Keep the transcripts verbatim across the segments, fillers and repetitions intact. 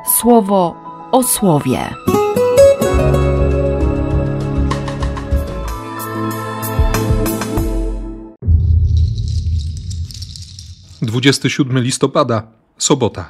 Słowo o słowie. dwudziestego siódmego listopada, sobota.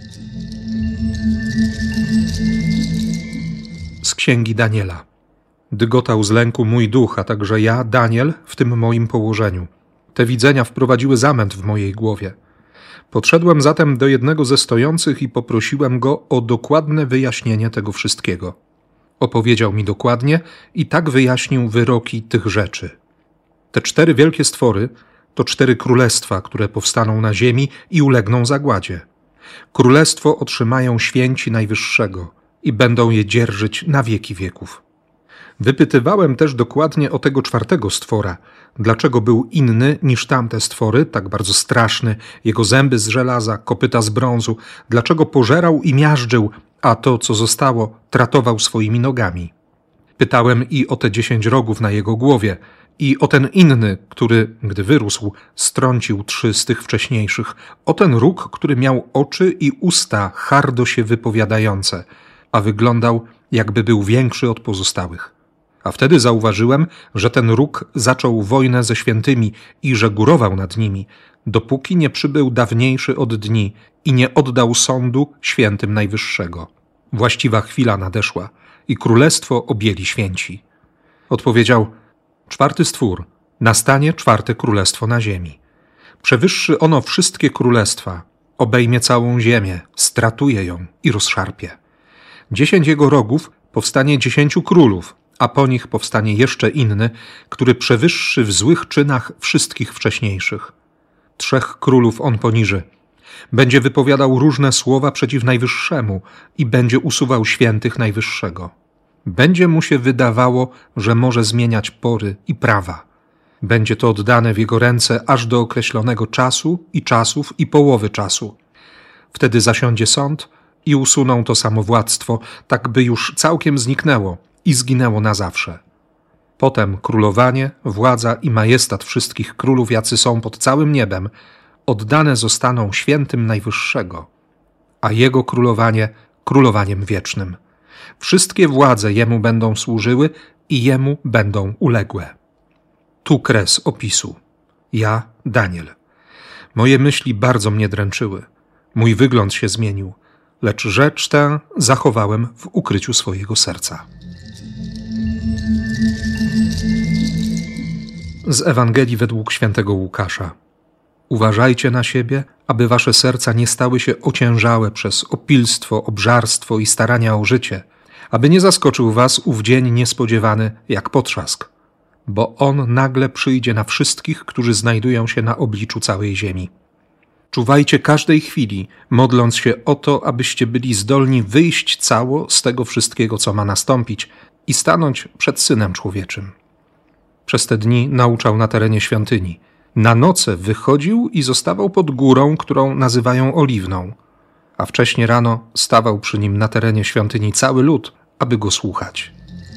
Z księgi Daniela. Dygotał z lęku mój duch, a także ja, Daniel, w tym moim położeniu. Te widzenia wprowadziły zamęt w mojej głowie. Podszedłem zatem do jednego ze stojących i poprosiłem go o dokładne wyjaśnienie tego wszystkiego. Opowiedział mi dokładnie i tak wyjaśnił wyroki tych rzeczy. Te cztery wielkie stwory to cztery królestwa, które powstaną na ziemi i ulegną zagładzie. Królestwo otrzymają święci Najwyższego i będą je dzierżyć na wieki wieków. Wypytywałem też dokładnie o tego czwartego stwora, dlaczego był inny niż tamte stwory, tak bardzo straszny, jego zęby z żelaza, kopyta z brązu, dlaczego pożerał i miażdżył, a to, co zostało, tratował swoimi nogami. Pytałem i o te dziesięć rogów na jego głowie, i o ten inny, który, gdy wyrósł, strącił trzy z tych wcześniejszych, o ten róg, który miał oczy i usta hardo się wypowiadające, a wyglądał, jakby był większy od pozostałych. A wtedy zauważyłem, że ten róg zaczął wojnę ze świętymi i że górował nad nimi, dopóki nie przybył dawniejszy od dni i nie oddał sądu świętym Najwyższego. Właściwa chwila nadeszła i królestwo objęli święci. Odpowiedział: czwarty stwór, nastanie czwarte królestwo na ziemi. Przewyższy ono wszystkie królestwa, obejmie całą ziemię, stratuje ją i rozszarpie. Dziesięć jego rogów powstanie dziesięciu królów, a po nich powstanie jeszcze inny, który przewyższy w złych czynach wszystkich wcześniejszych. Trzech królów on poniży. Będzie wypowiadał różne słowa przeciw Najwyższemu i będzie usuwał świętych Najwyższego. Będzie mu się wydawało, że może zmieniać pory i prawa. Będzie to oddane w jego ręce aż do określonego czasu i czasów i połowy czasu. Wtedy zasiądzie sąd i usuną to samowładztwo, tak by już całkiem zniknęło i zginęło na zawsze. Potem królowanie, władza i majestat wszystkich królów, jacy są pod całym niebem, oddane zostaną świętym Najwyższego, a jego królowanie królowaniem wiecznym. Wszystkie władze jemu będą służyły i jemu będą uległe. Tu kres opisu. Ja, Daniel. Moje myśli bardzo mnie dręczyły. Mój wygląd się zmienił, lecz rzecz tę zachowałem w ukryciu swojego serca. Z Ewangelii według świętego Łukasza. Uważajcie na siebie, aby wasze serca nie stały się ociężałe przez opilstwo, obżarstwo i starania o życie, aby nie zaskoczył was ów dzień niespodziewany jak potrzask, bo on nagle przyjdzie na wszystkich, którzy znajdują się na obliczu całej ziemi. Czuwajcie każdej chwili, modląc się o to, abyście byli zdolni wyjść cało z tego wszystkiego, co ma nastąpić i stanąć przed Synem Człowieczym. Przez te dni nauczał na terenie świątyni. Na noce wychodził i zostawał pod górą, którą nazywają Oliwną, a wcześnie rano stawał przy nim na terenie świątyni cały lud, aby go słuchać.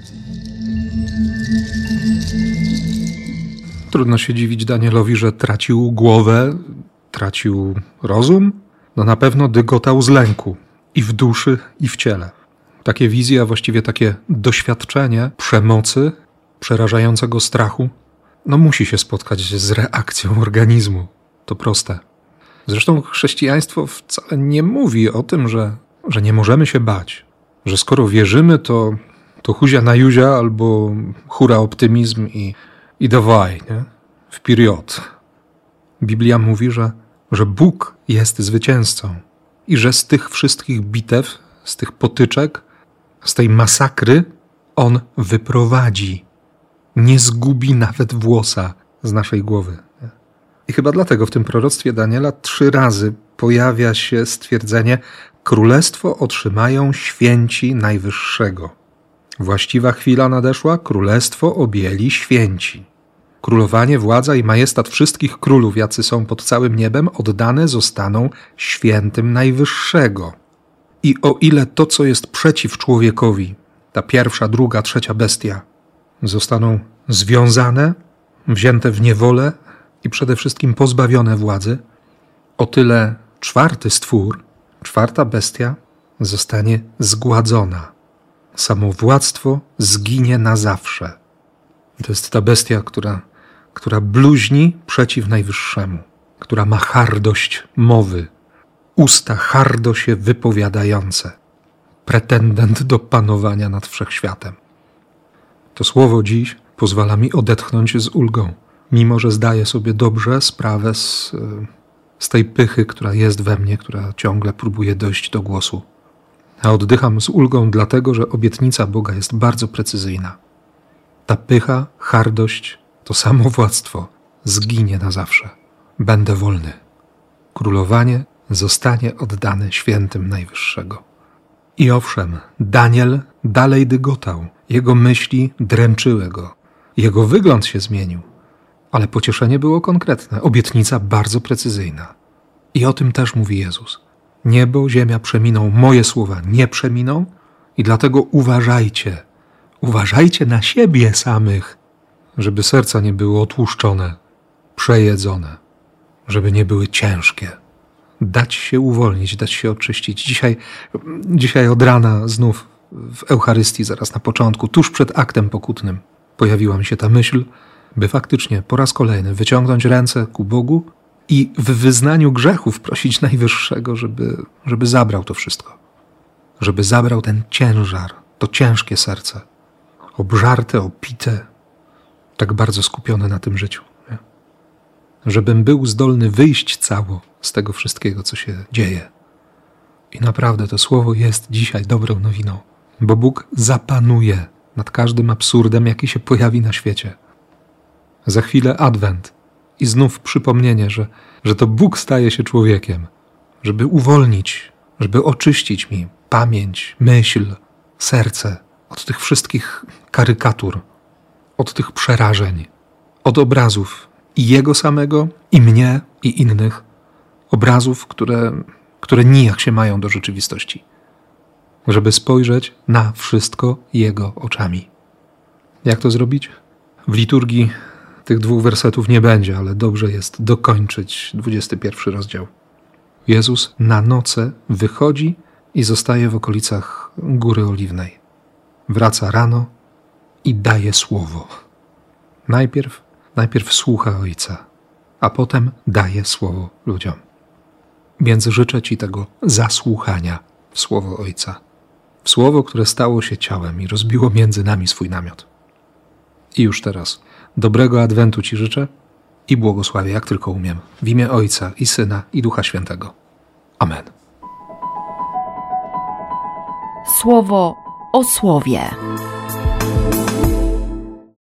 Trudno się dziwić Danielowi, że tracił głowę, tracił rozum. No na pewno dygotał z lęku i w duszy, i w ciele. Takie wizje, a właściwie takie doświadczenie przemocy, przerażającego strachu, no musi się spotkać z reakcją organizmu. To proste. Zresztą chrześcijaństwo wcale nie mówi o tym, że, że nie możemy się bać. Że skoro wierzymy, to, to huzia na juzia albo hura optymizm i, i dawaj, nie? W period. Biblia mówi, że, że Bóg jest zwycięzcą i że z tych wszystkich bitew, z tych potyczek, z tej masakry On wyprowadzi. Nie zgubi nawet włosa z naszej głowy. I chyba dlatego w tym proroctwie Daniela trzy razy pojawia się stwierdzenie: królestwo otrzymają święci Najwyższego. Właściwa chwila nadeszła, królestwo objęli święci. Królowanie, władza i majestat wszystkich królów, jacy są pod całym niebem, oddane zostaną świętym Najwyższego. I o ile to, co jest przeciw człowiekowi, ta pierwsza, druga, trzecia bestia, zostaną związane, wzięte w niewolę i przede wszystkim pozbawione władzy, o tyle czwarty stwór, czwarta bestia zostanie zgładzona. Samowładztwo zginie na zawsze. To jest ta bestia, która, która bluźni przeciw Najwyższemu, która ma hardość mowy, usta hardo się wypowiadające, pretendent do panowania nad wszechświatem. To słowo dziś pozwala mi odetchnąć z ulgą, mimo że zdaję sobie dobrze sprawę z, z tej pychy, która jest we mnie, która ciągle próbuje dojść do głosu. A oddycham z ulgą dlatego, że obietnica Boga jest bardzo precyzyjna. Ta pycha, hardość, to samowładztwo zginie na zawsze. Będę wolny. Królowanie zostanie oddane świętym Najwyższego. I owszem, Daniel dalej dygotał. Jego myśli dręczyły go. Jego wygląd się zmienił. Ale pocieszenie było konkretne, obietnica bardzo precyzyjna. I o tym też mówi Jezus. Niebo, ziemia przeminą, moje słowa nie przeminą i dlatego uważajcie. Uważajcie na siebie samych, żeby serca nie były otłuszczone, przejedzone, żeby nie były ciężkie. Dać się uwolnić, dać się oczyścić. Dzisiaj, dzisiaj od rana znów w Eucharystii, zaraz na początku, tuż przed aktem pokutnym, pojawiła mi się ta myśl, by faktycznie po raz kolejny wyciągnąć ręce ku Bogu i w wyznaniu grzechów prosić Najwyższego, żeby, żeby zabrał to wszystko. Żeby zabrał ten ciężar, to ciężkie serce, obżarte, opite, tak bardzo skupione na tym życiu. Nie? Żebym był zdolny wyjść cało z tego wszystkiego, co się dzieje. I naprawdę to słowo jest dzisiaj dobrą nowiną, bo Bóg zapanuje nad każdym absurdem, jaki się pojawi na świecie. Za chwilę Adwent i znów przypomnienie, że, że to Bóg staje się człowiekiem, żeby uwolnić, żeby oczyścić mi pamięć, myśl, serce od tych wszystkich karykatur, od tych przerażeń, od obrazów i Jego samego, i mnie, i innych, obrazów, które, które nijak się mają do rzeczywistości, żeby spojrzeć na wszystko Jego oczami. Jak to zrobić? W liturgii tych dwóch wersetów nie będzie, ale dobrze jest dokończyć dwudziesty pierwszy rozdział. Jezus na noce wychodzi i zostaje w okolicach Góry Oliwnej. Wraca rano i daje słowo. Najpierw, najpierw słucha Ojca, a potem daje słowo ludziom. Więc życzę Ci tego zasłuchania w słowo Ojca. W słowo, które stało się ciałem i rozbiło między nami swój namiot. I już teraz dobrego Adwentu Ci życzę i błogosławię, jak tylko umiem, w imię Ojca i Syna i Ducha Świętego. Amen. Słowo o słowie.